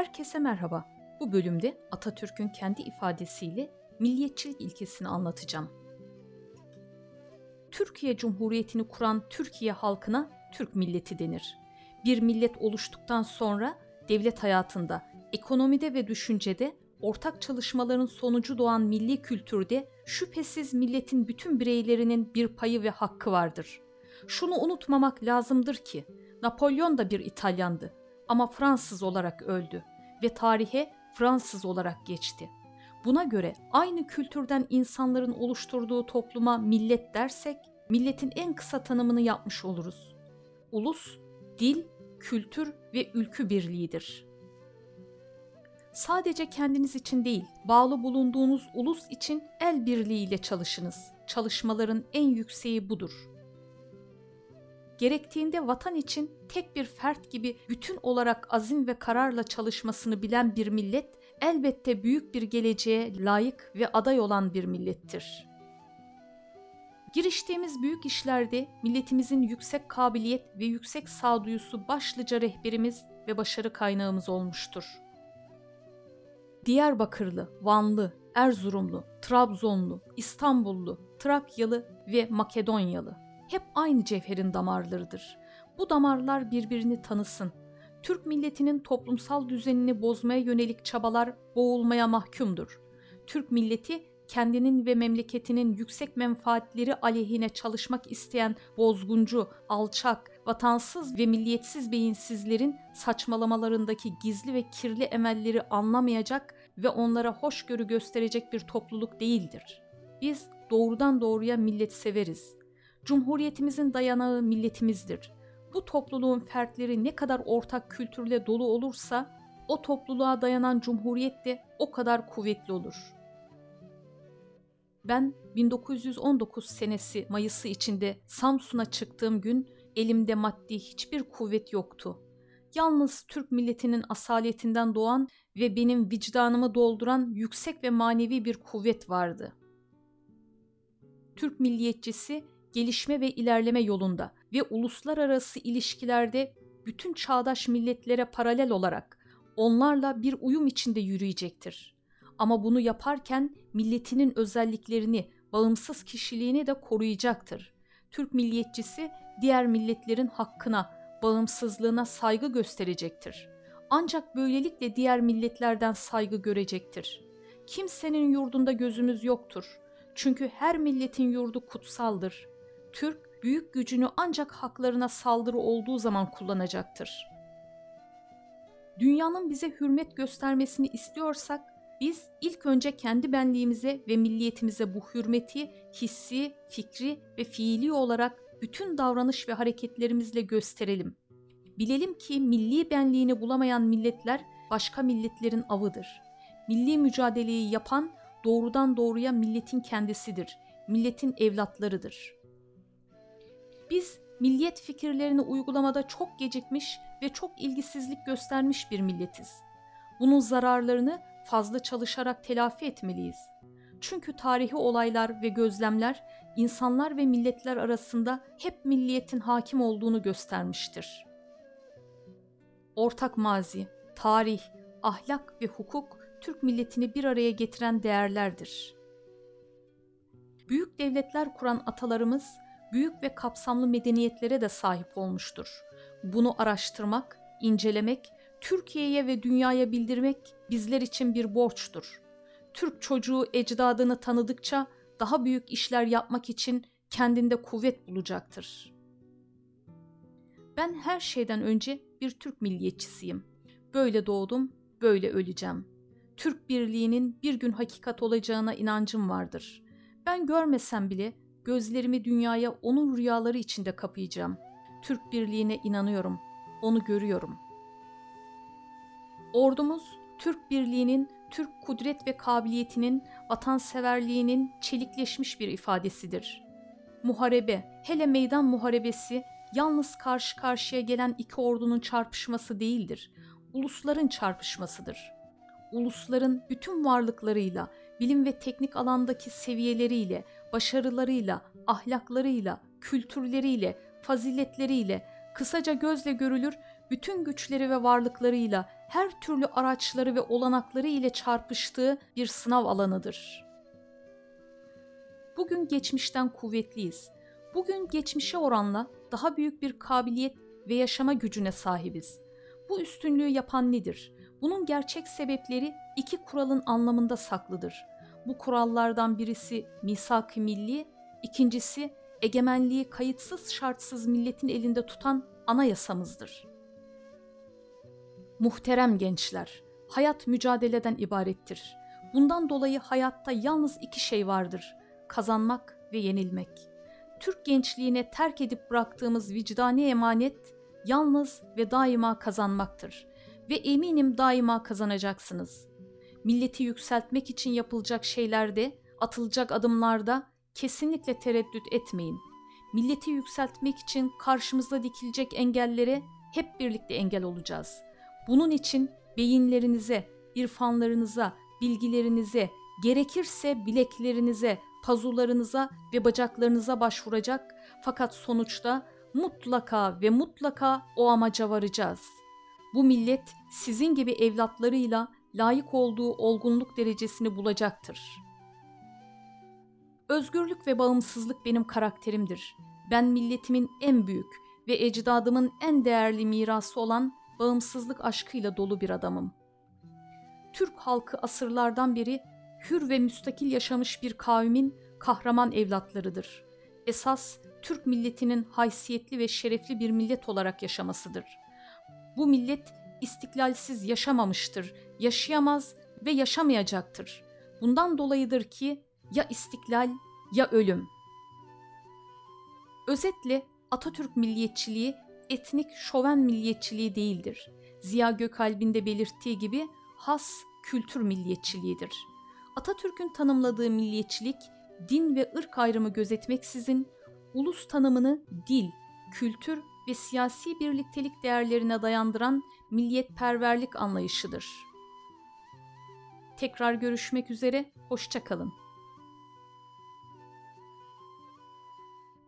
Herkese merhaba. Bu bölümde Atatürk'ün kendi ifadesiyle milliyetçilik ilkesini anlatacağım. Türkiye Cumhuriyeti'ni kuran Türkiye halkına Türk milleti denir. Bir millet oluştuktan sonra devlet hayatında, ekonomide ve düşüncede ortak çalışmaların sonucu doğan milli kültürde şüphesiz milletin bütün bireylerinin bir payı ve hakkı vardır. Şunu unutmamak lazımdır ki Napolyon da bir İtalyandı ama Fransız olarak öldü ve tarihe Fransız olarak geçti. Buna göre aynı kültürden insanların oluşturduğu topluma millet dersek, milletin en kısa tanımını yapmış oluruz. Ulus, dil, kültür ve ülkü birliğidir. Sadece kendiniz için değil, bağlı bulunduğunuz ulus için el birliğiyle çalışınız. Çalışmaların en yükseği budur. Gerektiğinde vatan için tek bir fert gibi bütün olarak azim ve kararla çalışmasını bilen bir millet, elbette büyük bir geleceğe layık ve aday olan bir millettir. Giriştiğimiz büyük işlerde milletimizin yüksek kabiliyet ve yüksek sağduyusu başlıca rehberimiz ve başarı kaynağımız olmuştur. Diyarbakırlı, Vanlı, Erzurumlu, Trabzonlu, İstanbullu, Trakyalı ve Makedonyalı hep aynı cevherin damarlarıdır. Bu damarlar birbirini tanısın. Türk milletinin toplumsal düzenini bozmaya yönelik çabalar boğulmaya mahkumdur. Türk milleti kendinin ve memleketinin yüksek menfaatleri aleyhine çalışmak isteyen bozguncu, alçak, vatansız ve milliyetsiz beyinsizlerin saçmalamalarındaki gizli ve kirli emelleri anlamayacak ve onlara hoşgörü gösterecek bir topluluk değildir. Biz doğrudan doğruya millet severiz. Cumhuriyetimizin dayanağı milletimizdir. Bu topluluğun fertleri ne kadar ortak kültürle dolu olursa, o topluluğa dayanan cumhuriyet de o kadar kuvvetli olur. Ben 1919 senesi Mayıs'ı içinde Samsun'a çıktığım gün elimde maddi hiçbir kuvvet yoktu. Yalnız Türk milletinin asaletinden doğan ve benim vicdanımı dolduran yüksek ve manevi bir kuvvet vardı. Türk milliyetçisi gelişme ve ilerleme yolunda ve uluslararası ilişkilerde bütün çağdaş milletlere paralel olarak onlarla bir uyum içinde yürüyecektir. Ama bunu yaparken milletinin özelliklerini, bağımsız kişiliğini de koruyacaktır. Türk milliyetçisi diğer milletlerin hakkına, bağımsızlığına saygı gösterecektir. Ancak böylelikle diğer milletlerden saygı görecektir. Kimsenin yurdunda gözümüz yoktur. Çünkü her milletin yurdu kutsaldır. Türk, büyük gücünü ancak haklarına saldırı olduğu zaman kullanacaktır. Dünyanın bize hürmet göstermesini istiyorsak, biz ilk önce kendi benliğimize ve milliyetimize bu hürmeti hissi, fikri ve fiili olarak bütün davranış ve hareketlerimizle gösterelim. Bilelim ki milli benliğini bulamayan milletler başka milletlerin avıdır. Milli mücadeleyi yapan doğrudan doğruya milletin kendisidir, milletin evlatlarıdır. Biz milliyet fikirlerini uygulamada çok gecikmiş ve çok ilgisizlik göstermiş bir milletiz. Bunun zararlarını fazla çalışarak telafi etmeliyiz. Çünkü tarihi olaylar ve gözlemler insanlar ve milletler arasında hep milliyetin hakim olduğunu göstermiştir. Ortak mazi, tarih, ahlak ve hukuk Türk milletini bir araya getiren değerlerdir. Büyük devletler kuran atalarımız büyük ve kapsamlı medeniyetlere de sahip olmuştur. Bunu araştırmak, incelemek, Türkiye'ye ve dünyaya bildirmek bizler için bir borçtur. Türk çocuğu ecdadını tanıdıkça daha büyük işler yapmak için kendinde kuvvet bulacaktır. Ben her şeyden önce bir Türk milliyetçisiyim. Böyle doğdum, böyle öleceğim. Türk birliğinin bir gün hakikat olacağına inancım vardır. Ben görmesem bile gözlerimi dünyaya onun rüyaları içinde kapayacağım. Türk birliğine inanıyorum, onu görüyorum. Ordumuz, Türk birliğinin, Türk kudret ve kabiliyetinin, vatanseverliğinin çelikleşmiş bir ifadesidir. Muharebe, hele meydan muharebesi, yalnız karşı karşıya gelen iki ordunun çarpışması değildir, ulusların çarpışmasıdır. Ulusların bütün varlıklarıyla, bilim ve teknik alandaki seviyeleriyle, başarılarıyla, ahlaklarıyla, kültürleriyle, faziletleriyle, kısaca gözle görülür bütün güçleri ve varlıklarıyla, her türlü araçları ve olanakları ile çarpıştığı bir sınav alanıdır. Bugün geçmişten kuvvetliyiz. Bugün geçmişe oranla daha büyük bir kabiliyet ve yaşama gücüne sahibiz. Bu üstünlüğü yapan nedir? Bunun gerçek sebepleri iki kuralın anlamında saklıdır. Bu kurallardan birisi misak-ı milli, ikincisi egemenliği kayıtsız şartsız milletin elinde tutan anayasamızdır. Muhterem gençler, hayat mücadeleden ibarettir. Bundan dolayı hayatta yalnız iki şey vardır: kazanmak ve yenilmek. Türk gençliğine terk edip bıraktığımız vicdani emanet yalnız ve daima kazanmaktır. Ve eminim daima kazanacaksınız. Milleti yükseltmek için yapılacak şeylerde, atılacak adımlarda kesinlikle tereddüt etmeyin. Milleti yükseltmek için karşımızda dikilecek engellere hep birlikte engel olacağız. Bunun için beyinlerinize, irfanlarınıza, bilgilerinize, gerekirse bileklerinize, pazularınıza ve bacaklarınıza başvuracak, fakat sonuçta mutlaka ve mutlaka o amaca varacağız. Bu millet sizin gibi evlatlarıyla layık olduğu olgunluk derecesini bulacaktır. Özgürlük ve bağımsızlık benim karakterimdir. Ben milletimin en büyük ve ecdadımın en değerli mirası olan bağımsızlık aşkıyla dolu bir adamım. Türk halkı asırlardan beri hür ve müstakil yaşamış bir kavmin kahraman evlatlarıdır. Esas Türk milletinin haysiyetli ve şerefli bir millet olarak yaşamasıdır. Bu millet istiklalsiz yaşamamıştır, yaşayamaz ve yaşamayacaktır. Bundan dolayıdır ki ya istiklal ya ölüm. Özetle Atatürk milliyetçiliği etnik şoven milliyetçiliği değildir. Ziya Gökalp'in de belirttiği gibi has kültür milliyetçiliğidir. Atatürk'ün tanımladığı milliyetçilik, din ve ırk ayrımı gözetmeksizin ulus tanımını dil, kültür ve siyasi birliktelik değerlerine dayandıran milliyetperverlik anlayışıdır. Tekrar görüşmek üzere, hoşça kalın.